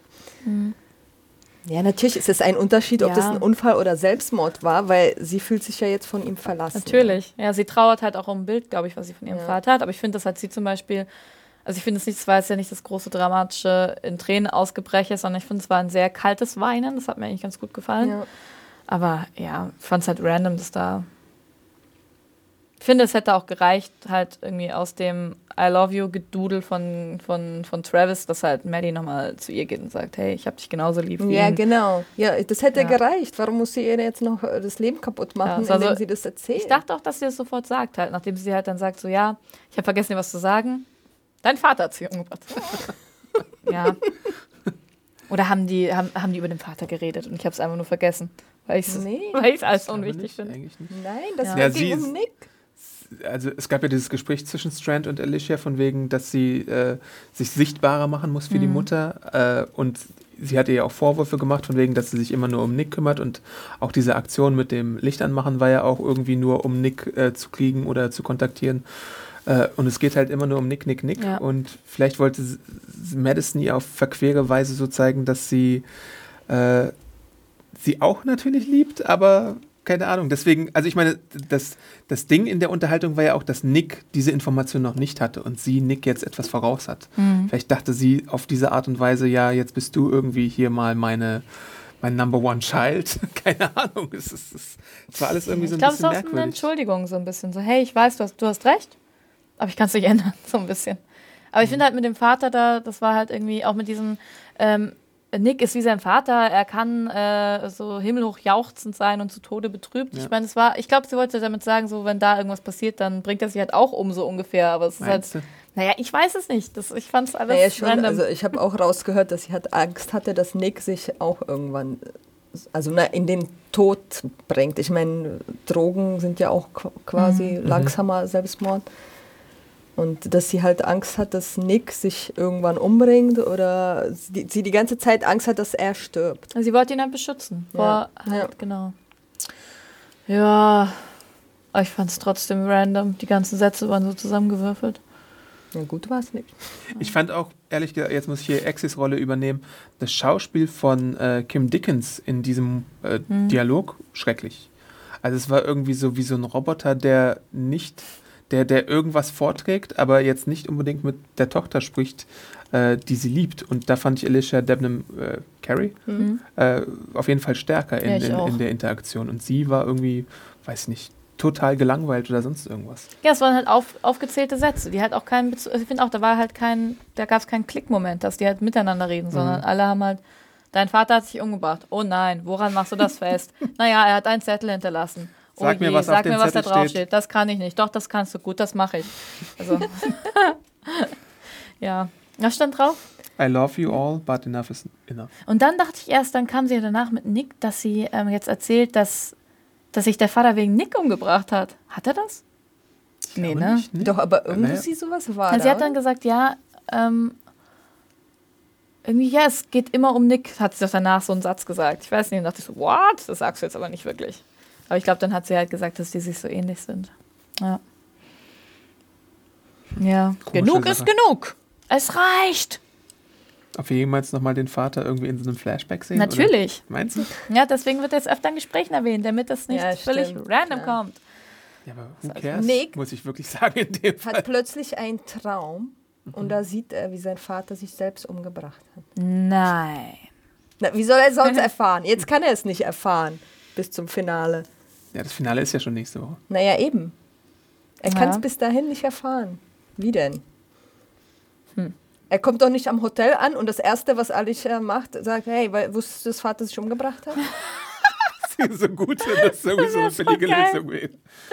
Ja, natürlich ist es ein Unterschied, ob das ein Unfall oder Selbstmord war, weil sie fühlt sich ja jetzt von ihm verlassen. Natürlich. Ja, sie trauert halt auch um ein Bild, glaube ich, was sie von ihrem Vater hat. Aber ich finde, das hat sie zum Beispiel Also ich finde es war jetzt ja nicht das große dramatische in Tränen ausgebreche, sondern ich finde, es war ein sehr kaltes Weinen. Das hat mir eigentlich ganz gut gefallen. Ja. Aber ja, ich fand es halt random, dass da... Ich finde, es hätte auch gereicht, halt irgendwie aus dem I love you Gedudel von Travis, dass halt Maddie nochmal zu ihr geht und sagt, hey, ich hab dich genauso lieb wie ihn. Ja, genau. Ja, das hätte gereicht. Warum muss sie ihr jetzt noch das Leben kaputt machen, indem sie das erzählt? Ich dachte auch, dass sie das sofort sagt, halt, nachdem sie halt dann sagt, so ja, ich habe vergessen, dir was zu sagen. Dein Vater hat sie umgebracht. Ja. Oder haben die über den Vater geredet und ich habe es einfach nur vergessen, weil ich es alles unwichtig finde. Nein, das ging um Nick. Also es gab ja dieses Gespräch zwischen Strand und Alicia von wegen, dass sie sich sichtbarer machen muss für die Mutter und sie hat ihr ja auch Vorwürfe gemacht von wegen, dass sie sich immer nur um Nick kümmert und auch diese Aktion mit dem Licht anmachen war ja auch irgendwie nur um Nick zu kriegen oder zu kontaktieren und es geht halt immer nur um Nick und vielleicht wollte Madison ihr auf verquere Weise so zeigen, dass sie auch natürlich liebt, aber keine Ahnung, deswegen, also ich meine, das Ding in der Unterhaltung war ja auch, dass Nick diese Information noch nicht hatte und sie Nick jetzt etwas voraus hat. Vielleicht dachte sie auf diese Art und Weise, ja, jetzt bist du irgendwie hier mal mein Number One Child. Keine Ahnung, es war alles irgendwie so ein bisschen merkwürdig. Ich glaube, es ist auch eine Entschuldigung so ein bisschen, so hey, ich weiß, du hast recht, aber ich kann es nicht ändern, so ein bisschen. Aber ich finde halt mit dem Vater da, das war halt irgendwie auch mit diesem Nick ist wie sein Vater, er kann so himmelhoch jauchzend sein und zu Tode betrübt. Ja. Ich meine, ich glaube, sie wollte damit sagen, so wenn da irgendwas passiert, dann bringt er sich halt auch um, so ungefähr. Aber es ist halt, naja, ich weiß es nicht. Ich fand es alles random. Also ich habe auch rausgehört, dass sie Angst hatte, dass Nick sich auch irgendwann in den Tod bringt. Ich meine, Drogen sind ja auch quasi langsamer Selbstmord. Und dass sie halt Angst hat, dass Nick sich irgendwann umbringt oder sie die ganze Zeit Angst hat, dass er stirbt. Also sie wollte ihn dann beschützen. Genau. Ja, aber ich fand es trotzdem random. Die ganzen Sätze waren so zusammengewürfelt. Ja, gut war es nicht. Ich fand auch, ehrlich gesagt, jetzt muss ich hier Axis Rolle übernehmen, das Schauspiel von Kim Dickens in diesem Dialog schrecklich. Also es war irgendwie so wie so ein Roboter, der irgendwas vorträgt, aber jetzt nicht unbedingt mit der Tochter spricht, die sie liebt. Und da fand ich Alicia Debnam Carey auf jeden Fall stärker in der Interaktion. Und sie war irgendwie, weiß nicht, total gelangweilt oder sonst irgendwas. Ja, es waren halt aufgezählte Sätze, die halt auch keinen Bezug, ich finde auch, da gab es keinen Klickmoment, dass die halt miteinander reden, sondern alle haben halt, dein Vater hat sich umgebracht. Oh nein, woran machst du das fest? Naja, er hat einen Zettel hinterlassen. Sag mir, was da drauf steht. Das kann ich nicht. Doch, das kannst du gut, das mache ich. Also, ja. Was stand drauf? I love you all, but enough is enough. Und dann dachte ich erst, dann kam sie ja danach mit Nick, dass sie jetzt erzählt, dass sich der Vater wegen Nick umgebracht hat. Hat er das? Nee, ne? Nicht, ne? Doch, aber irgendwie sowas war sie hat dann gesagt, ja, irgendwie, ja, es geht immer um Nick, hat sie doch danach so einen Satz gesagt. Ich weiß nicht, und dachte ich so, what? Das sagst du jetzt aber nicht wirklich. Aber ich glaube, dann hat sie halt gesagt, dass die sich so ähnlich sind. Ja. Ja. Genug ist genug. Es reicht. Ob wir jemals nochmal den Vater irgendwie in so einem Flashback sehen? Natürlich. Oder? Meinst du? Ja, deswegen wird jetzt öfter in Gesprächen erwähnt, damit das nicht völlig random kommt. Ja, aber who cares? Nick muss ich wirklich sagen in dem Fall. Hat plötzlich einen Traum und da sieht er, wie sein Vater sich selbst umgebracht hat. Nein. Na, wie soll er sonst erfahren? Jetzt kann er es nicht erfahren. Bis zum Finale. Ja, das Finale ist ja schon nächste Woche. Naja, eben. Er kann es bis dahin nicht erfahren. Wie denn? Er kommt doch nicht am Hotel an und das Erste, was Alicia macht, sagt, hey, wusstest du, dass Vater sich umgebracht hat? Das ist so gut, das ist sowieso eine billige Lösung. Wie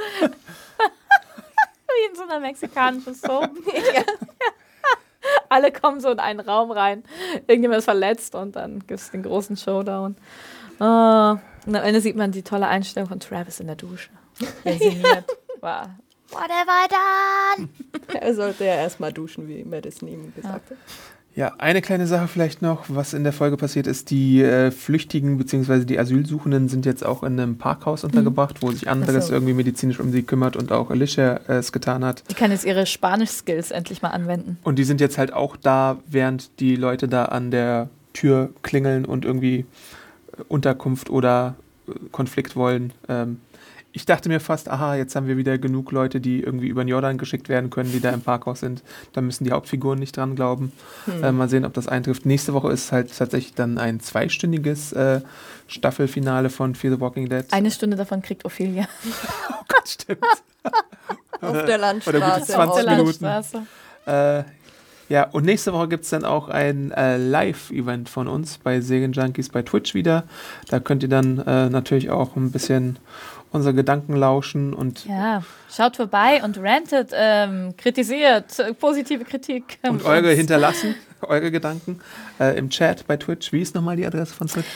in so einer mexikanischen Soap. Ja. Alle kommen so in einen Raum rein, irgendjemand ist verletzt und dann gibt es den großen Showdown. Und am Ende sieht man die tolle Einstellung von Travis in der Dusche. Resümiert. War whatever done! Er sollte ja erstmal duschen, wie Madison ihm gesagt hat. Ja, eine kleine Sache vielleicht noch, was in der Folge passiert ist, die Flüchtigen bzw. die Asylsuchenden sind jetzt auch in einem Parkhaus untergebracht, wo sich Andres irgendwie medizinisch um sie kümmert und auch Alicia es getan hat. Die kann jetzt ihre Spanisch-Skills endlich mal anwenden. Und die sind jetzt halt auch da, während die Leute da an der Tür klingeln und irgendwie Unterkunft oder Konflikt wollen. Ich dachte mir fast, aha, jetzt haben wir wieder genug Leute, die irgendwie über den Jordan geschickt werden können, die da im Parkhaus sind. Da müssen die Hauptfiguren nicht dran glauben. Mal sehen, ob das eintrifft. Nächste Woche ist halt tatsächlich dann ein 2-stündiges Staffelfinale von Fear the Walking Dead. 1 Stunde davon kriegt Ophelia. Oh Gott, stimmt. Auf der Landstraße. Oder gute 20 Minuten. Landstraße. Ja, und nächste Woche gibt es dann auch ein Live-Event von uns bei Serienjunkies bei Twitch wieder. Da könnt ihr dann natürlich auch ein bisschen unsere Gedanken lauschen. Und Ja, schaut vorbei und rantet, kritisiert, positive Kritik. und eure hinterlassen, eure Gedanken im Chat bei Twitch. Wie ist nochmal die Adresse von Twitch?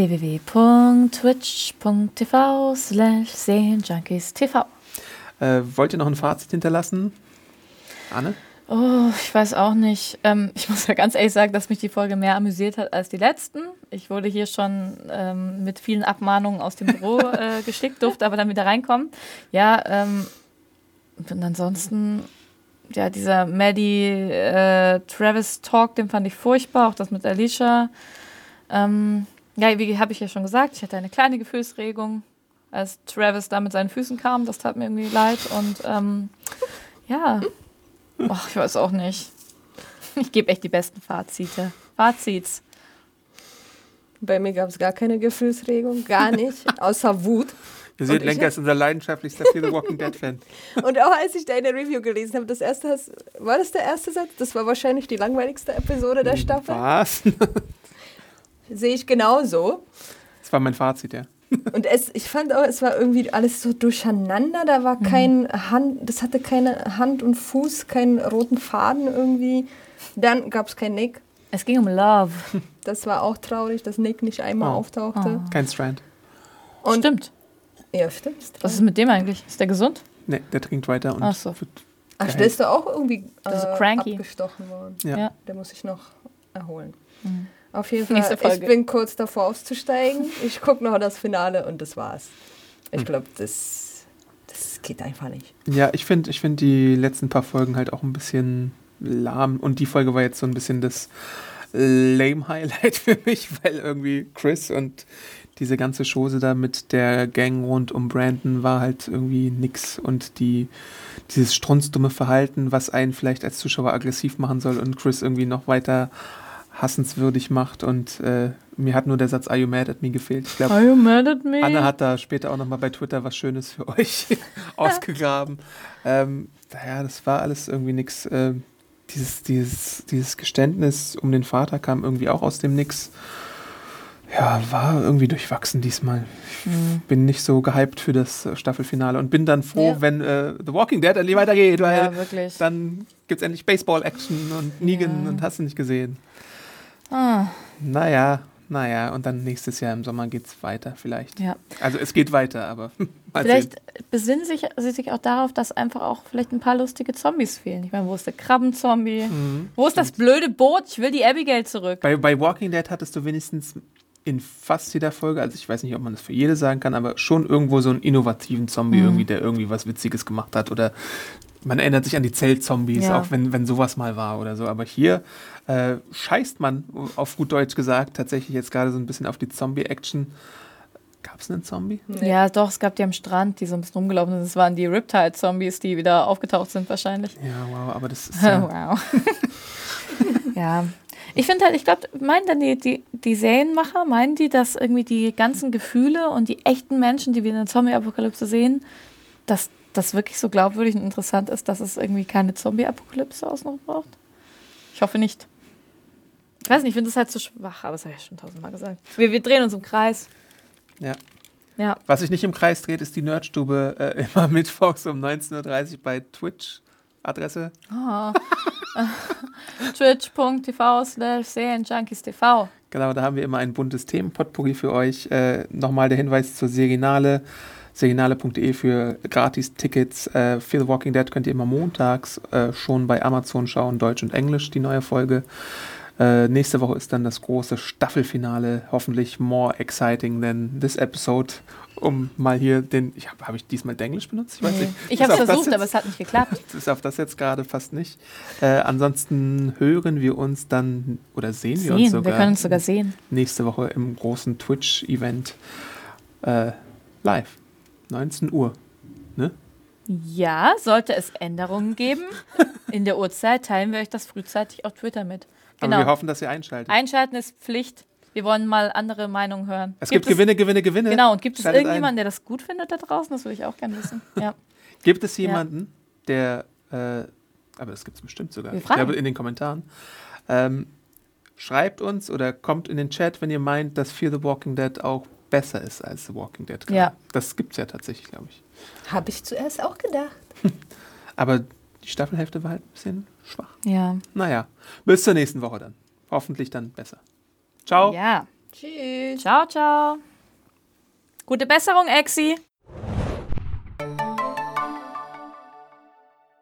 www.twitch.tv/serienjunkies.tv. Wollt ihr noch ein Fazit hinterlassen? Anne? Oh, ich weiß auch nicht. Ich muss ja ganz ehrlich sagen, dass mich die Folge mehr amüsiert hat als die letzten. Ich wurde hier schon mit vielen Abmahnungen aus dem Büro geschickt, durfte aber dann wieder reinkommen. Ja, und ansonsten, ja, dieser Maddie-Travis-Talk, den fand ich furchtbar, auch das mit Alicia. Ja, wie habe ich ja schon gesagt, ich hatte eine kleine Gefühlsregung, als Travis da mit seinen Füßen kam. Das tat mir irgendwie leid und ja... Ach, ich weiß auch nicht. Ich gebe echt die besten Fazits. Bei mir gab es gar keine Gefühlsregung, gar nicht, außer Wut. Ihr seht, Lenker ist unser leidenschaftlichster Fear the Walking Dead Fan. Und auch als ich deine Review gelesen habe, war das der erste Satz? Das war wahrscheinlich die langweiligste Episode der Staffel. Was? Sehe ich genauso. Das war mein Fazit, ja. Und ich fand auch, es war irgendwie alles so durcheinander. Da war das hatte keine Hand und Fuß, keinen roten Faden irgendwie. Dann gab es kein Nick. Es ging um Love. Das war auch traurig, dass Nick nicht einmal auftauchte. Kein Strand. Und stimmt. Ja, stimmt. Was ist mit dem eigentlich? Ist der gesund? Nee, der trinkt weiter und Ach so. wird Ach, geheilt. der ist da auch irgendwie Das ist cranky. abgestochen worden. Ja. Der muss sich noch erholen. Mhm. Auf jeden Fall, Nächste Folge. ich bin kurz davor auszusteigen. Ich gucke noch das Finale und das war's. Ich glaube, das geht einfach nicht. Ja, ich find die letzten paar Folgen halt auch ein bisschen lahm. Und die Folge war jetzt so ein bisschen das lame Highlight für mich, weil irgendwie Chris und diese ganze Chose da mit der Gang rund um Brandon war halt irgendwie nix. Und dieses strunzdumme Verhalten, was einen vielleicht als Zuschauer aggressiv machen soll und Chris irgendwie noch weiter hassenswürdig macht. Und mir hat nur der Satz "Are you mad at me" gefehlt. Ich glaube, Are you mad at me? Anne hat da später auch nochmal bei Twitter was Schönes für euch ausgegraben. Naja, das war alles irgendwie nix. Dieses Geständnis um den Vater kam irgendwie auch aus dem Nix. Ja, war irgendwie durchwachsen diesmal. Ich bin nicht so gehypt für das Staffelfinale und bin dann froh, wenn The Walking Dead endlich weitergeht, weil Ja, wirklich. dann gibt es endlich Baseball-Action und Negan und hast du nicht gesehen. Naja, und dann nächstes Jahr im Sommer geht's weiter vielleicht. Ja. Also es geht weiter, aber mal Vielleicht sehen. besinnen sie sich auch darauf, dass einfach auch vielleicht ein paar lustige Zombies fehlen. Ich meine, wo ist der Krabbenzombie? Wo ist das blöde Boot? Ich will die Abigail zurück. Bei Walking Dead hattest du wenigstens in fast jeder Folge, also ich weiß nicht, ob man das für jede sagen kann, aber schon irgendwo so einen innovativen Zombie irgendwie, der irgendwie was Witziges gemacht hat oder man erinnert sich an die Zeltzombies, auch wenn sowas mal war oder so. Aber hier scheißt man, auf gut Deutsch gesagt, tatsächlich jetzt gerade so ein bisschen auf die Zombie-Action. Gab es einen Zombie? Nee. Ja, doch, es gab die am Strand, die so ein bisschen rumgelaufen sind. Das waren die Riptide-Zombies, die wieder aufgetaucht sind wahrscheinlich. Ja, wow, aber das ist ja... Wow. Ja. Ich finde halt, ich glaube, meinen dann die Serienmacher, meinen die, dass irgendwie die ganzen Gefühle und die echten Menschen, die wir in der Zombie-Apokalypse sehen, dass das wirklich so glaubwürdig und interessant ist, dass es irgendwie keine Zombie-Apokalypse außenrum braucht? Ich hoffe nicht. Ich weiß nicht, ich finde das halt zu schwach, aber das habe ich ja schon 1000-mal gesagt. Wir drehen uns im Kreis. Ja. Was sich nicht im Kreis dreht, ist die Nerdstube immer mittwochs um 19:30 Uhr bei Twitch. Adresse? Twitch.tv/serienjunkies.tv. Genau, da haben wir immer ein buntes Themenpotpourri für euch. Nochmal der Hinweis zur Serienale. Serienale.de für Gratis-Tickets. Fear the Walking Dead könnt ihr immer montags schon bei Amazon schauen, Deutsch und Englisch, die neue Folge. Nächste Woche ist dann das große Staffelfinale, hoffentlich more exciting than this episode. Um mal hier habe ich diesmal Englisch benutzt? Ich weiß nicht. Ich habe es versucht, aber es hat nicht geklappt. Ist auf das jetzt gerade fast nicht. Ansonsten hören wir uns dann, oder sehen wir uns sogar. Wir können uns sogar sehen. Nächste Woche im großen Twitch-Event live. 19 Uhr. Ne? Ja, sollte es Änderungen geben in der Uhrzeit, teilen wir euch das frühzeitig auf Twitter mit. Genau. Aber wir hoffen, dass ihr einschaltet. Einschalten ist Pflicht. Wir wollen mal andere Meinungen hören. Es gibt Gewinne. Genau, und gibt es Schaltet irgendjemanden, der das gut findet da draußen? Das würde ich auch gerne wissen. Ja. Gibt es jemanden, der, aber das gibt es bestimmt sogar, Wir ich fragen. glaube in den Kommentaren, schreibt uns oder kommt in den Chat, wenn ihr meint, dass Fear the Walking Dead auch besser ist als The Walking Dead. Ja. Das gibt es ja tatsächlich, glaube ich. Habe ich zuerst auch gedacht. Aber die Staffelhälfte war halt ein bisschen schwach. Ja. Naja, bis zur nächsten Woche dann. Hoffentlich dann besser. Ciao. Ja. Tschüss. Ciao, ciao. Gute Besserung, Exi.